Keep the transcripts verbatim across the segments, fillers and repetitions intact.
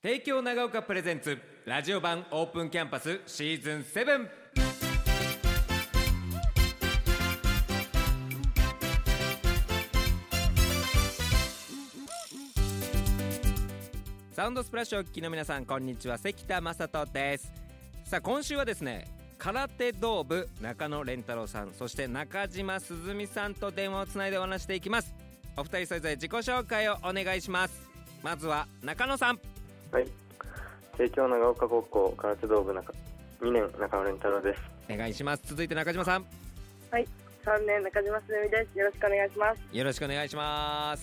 帝京長岡プレゼンツラジオ版オープンキャンパスシーズンセブン。サウンドスプラッシュをお聞きの皆さん、こんにちは。関田正人です。さあ、今週はですね、空手道部中野蓮太郎さん、そして中島鈴美さんと電話をつないでお話していきます。お二人それぞれ自己紹介をお願いします。まずは中野さん。 はい、帝京長岡高校空手道部中にねん中野蓮太郎です。 お願いします。続いて中島さん。 はい、さんねん中島すみです。よろしくお願いします。 よろしくお願いします。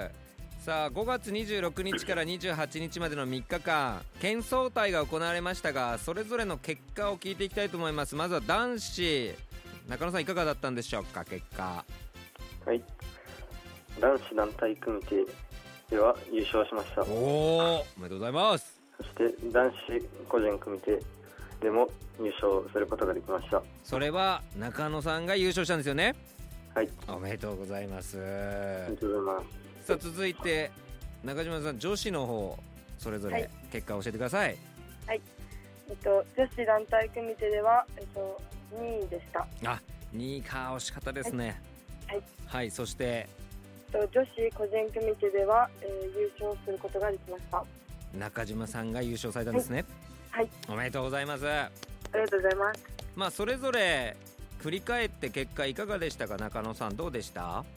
さあ、ごがつにじゅうろくにちからにじゅうはちにちまでのみっかかん県総体が行われましたが、それぞれの結果を聞いていきたいと思います。まずは男子、中野さんいかがだったんでしょうか、結果。 はい、男子団体組手では優勝しました。 おー、おめでとうございます。 そして男子個人組手でも優勝することができました。 それは中野さんが優勝したんですよね。 はい、 おめでとうございます。 ありがとうございます。 さあ、続いて中島さん、女子の方それぞれ結果を教えてください。 はい、えっと、女子団体組手では、えっと、にいでした。 あ、にいか、惜しかったですね。 はい、 はい、そして、 えっと、女子個人組手では、えー、優勝することができました。 中島さんが優勝されたんですね。 はい、 おめでとうございます。 ありがとうございます。 まあ、それぞれ振り返って結果いかがでしたか。中野さんどうでした？ はい、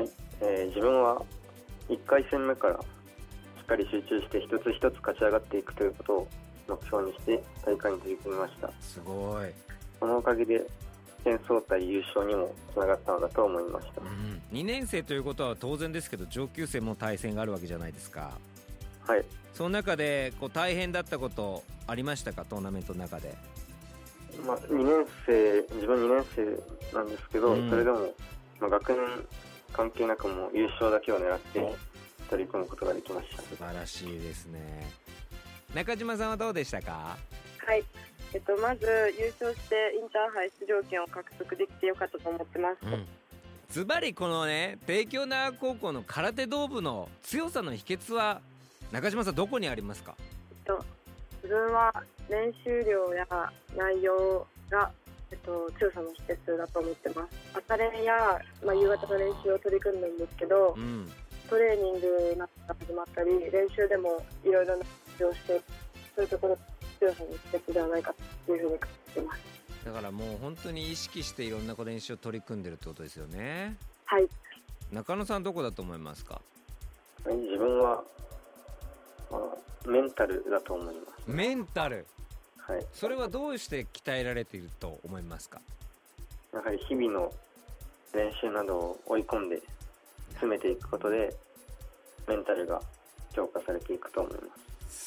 えー、自分はいっかい戦目からしっかり集中して一つ一つ勝ち上がっていくということを目標にして大会に取り組みました。 すごい。 そのおかげで県総体優勝にもつながったのだと思いました。 うん、にねん生ということは当然ですけど、上級生も対戦があるわけじゃないですか。 はい、 その中でこう大変だったことありましたか、トーナメントの中で。 まあ、にねん生、自分にねん生なんですけど、うん、それでも、まあ、学年関係なくも優勝だけを狙って取り組むことができました。 素晴らしいですね。中島さんはどうでしたか？ はい、えっと、まず優勝してインターハイ出場権を獲得できてよかったと思ってます。 ズバリこのね、帝京長岡高校の空手道部の強さの秘訣は中島さんどこにありますか？ えっと、自分は練習量や内容が、えっと、強さの秘訣だと思ってます。朝練や、まあ、夕方の練習を取り組んだんですけど、うん、トレーニングが始まったり練習でもいろいろな練習をして、そういうところ強さの秘訣ではないかというふうに感じています。 だからもう本当に意識していろんな練習を取り組んでるってことですよね。 はい。 中野さんどこだと思いますか？ 自分は、まあ、メンタルだと思います。 メンタル。 はい。 それはどうして鍛えられていると思いますか？ やはり日々の練習などを追い込んで詰めていくことでメンタルが強化されていくと思います。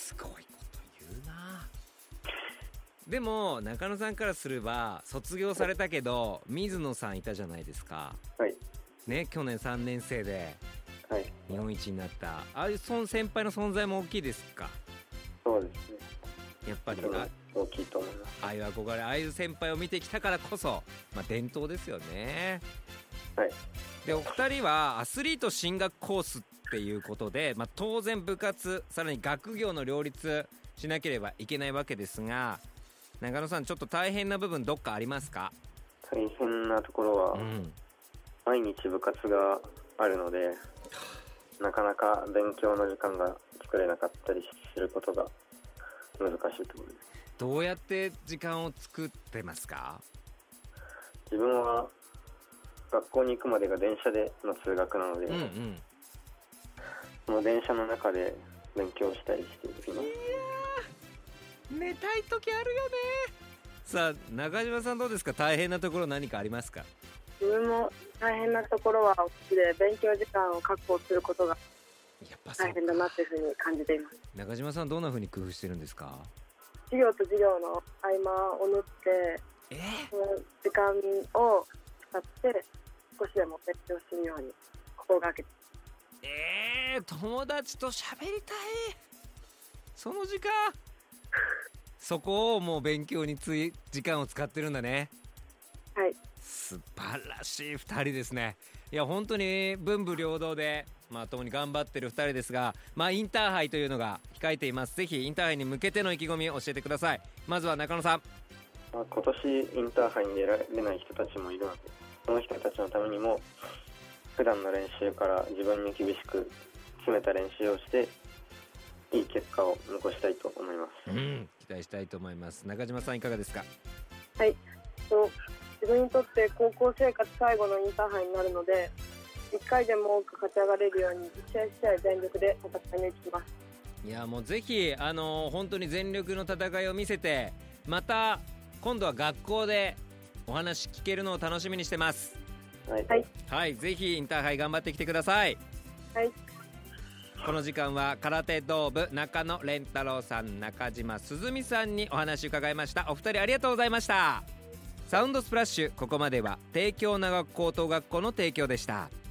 すごいこと言うな。でも中野さんからすれば卒業されたけど水野さんいたじゃないですか。 はいね、去年さんねん生で日本一になった、はい、ああいう先輩の存在も大きいですか？ そうですね、 やっぱり大きいと思います。 ああいう憧れ、ああいう先輩を見てきたからこそ、まあ、伝統ですよね。 はい。 で、お二人はアスリート進学コースっていうことで、まあ、当然部活さらに学業の両立しなければいけないわけですが、中野さんちょっと大変な部分どっかありますか？大変なところは、うん、毎日部活があるのでなかなか勉強の時間が作れなかったりすることが難しいと思います。 どうやって時間を作ってますか？ 自分は学校に行くまでが電車での通学なので、うんうん、その電車の中で勉強したりしています。いやー、寝たい時あるよね。さあ、中島さんどうですか？大変なところ何かありますか？ 自分も大変なところは大きいで、勉強時間を確保することが大変だなというふうに感じています。 中島さんどんなふうに工夫してるんですか？ 授業と授業の合間を縫って、えー、その時間を使って少しでも勉強するように心がけて。 えー、友達と喋りたいその時間そこをもう勉強につい時間を使ってるんだね。 はい。 素晴らしいふたりですね。いや本当に文武両道でまあ共に頑張ってるふたりですが、まあインターハイというのが控えています。ぜひインターハイに向けての意気込みを教えてください。まずは中野さん。 まあ、今年インターハイに出られない人たちもいるので、その人たちのためにも普段の練習から自分に厳しく詰めた練習をしていい結果を残したいと思います。 うん、期待したいと思います。中島さんいかがですか？ はい、と自分にとって高校生活最後のインターハイになるので、いっかいでも多く勝ち上がれるように一試合一試合全力で戦い抜きます。 いやもうぜひあのー、本当に全力の戦いを見せて、また今度は学校でお話聞けるのを楽しみにしてます。 はい、 はい、ぜひインターハイ頑張ってきてください。 はい、 この時間は空手道部中野蓮太郎さん、中島鈴美さんにお話伺いました。お二人ありがとうございました。サウンドスプラッシュ、ここまでは帝京長高等学校の提供でした。